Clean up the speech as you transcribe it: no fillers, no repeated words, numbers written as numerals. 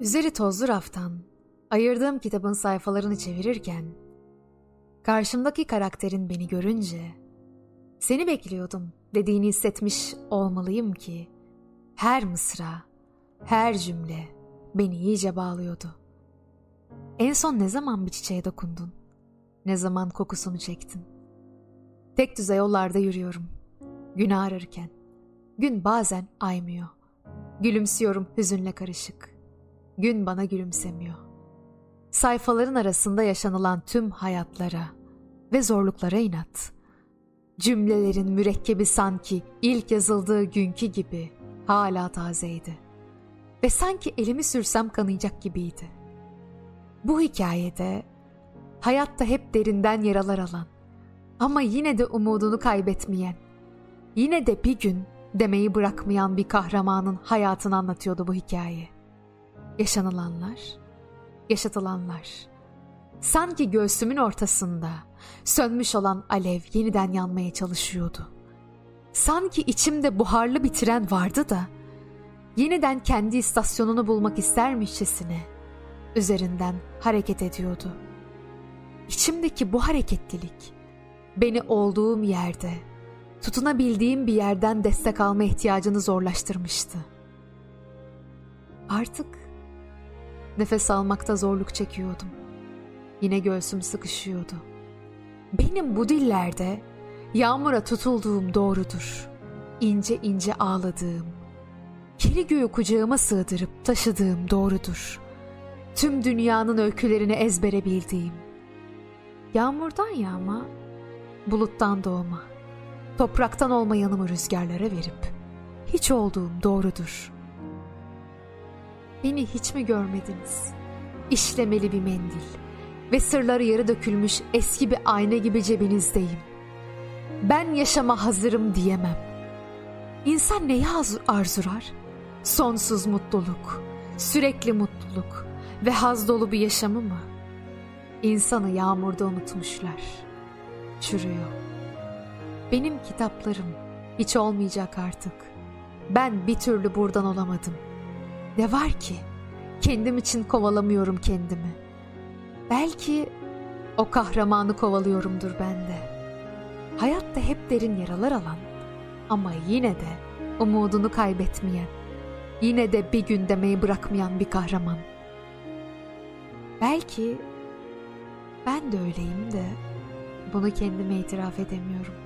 Üzeri tozlu raftan ayırdığım kitabın sayfalarını çevirirken karşımdaki karakterin beni görünce "Seni bekliyordum" dediğini hissetmiş olmalıyım ki her mısra, her cümle beni iyice bağlıyordu. En son ne zaman bir çiçeğe dokundun? Ne zaman kokusunu çektin? Tek düze yollarda yürüyorum, günü ararken. Gün bazen aymıyor. Gülümsüyorum hüzünle karışık. Gün bana gülümsemiyor. Sayfaların arasında yaşanılan tüm hayatlara ve zorluklara inat. Cümlelerin mürekkebi sanki ilk yazıldığı günkü gibi hala tazeydi. Ve sanki elimi sürsem kanayacak gibiydi. Bu hikayede hayatta hep derinden yaralar alan ama yine de umudunu kaybetmeyen, yine de bir gün demeyi bırakmayan bir kahramanın hayatını anlatıyordu bu hikaye. Yaşanılanlar, yaşatılanlar. Sanki göğsümün ortasında sönmüş olan alev yeniden yanmaya çalışıyordu. Sanki içimde buharlı bir tren vardı da yeniden kendi istasyonunu bulmak istermişçesine üzerinden hareket ediyordu. İçimdeki bu hareketlilik beni olduğum yerde, tutunabildiğim bir yerden destek alma ihtiyacını zorlaştırmıştı. Artık nefes almakta zorluk çekiyordum. Yine göğsüm sıkışıyordu. Benim bu dillerde yağmura tutulduğum doğrudur. İnce ince ağladığım, kiri göğü kucağıma sığdırıp taşıdığım doğrudur. Tüm dünyanın öykülerini ezbere bildiğim. Yağmurdan yağma, buluttan doğma, topraktan olma yanımı rüzgarlara verip hiç olduğum doğrudur. Beni hiç mi görmediniz? İşlemeli bir mendil ve sırları yarı dökülmüş eski bir ayna gibi cebinizdeyim. Ben yaşama hazırım diyemem. İnsan neyi arzular? Sonsuz mutluluk, sürekli mutluluk ve haz dolu bir yaşamı mı? İnsanı yağmurda unutmuşlar. Çürüyor. Benim kitaplarım hiç olmayacak artık. Ben bir türlü buradan olamadım. Ne var ki? Kendim için kovalamıyorum kendimi. Belki o kahramanı kovalıyorumdur ben de. Hayatta hep derin yaralar alan ama yine de umudunu kaybetmeyen, yine de bir gün demeyi bırakmayan bir kahraman. Belki ben de öyleyim de bunu kendime itiraf edemiyorum.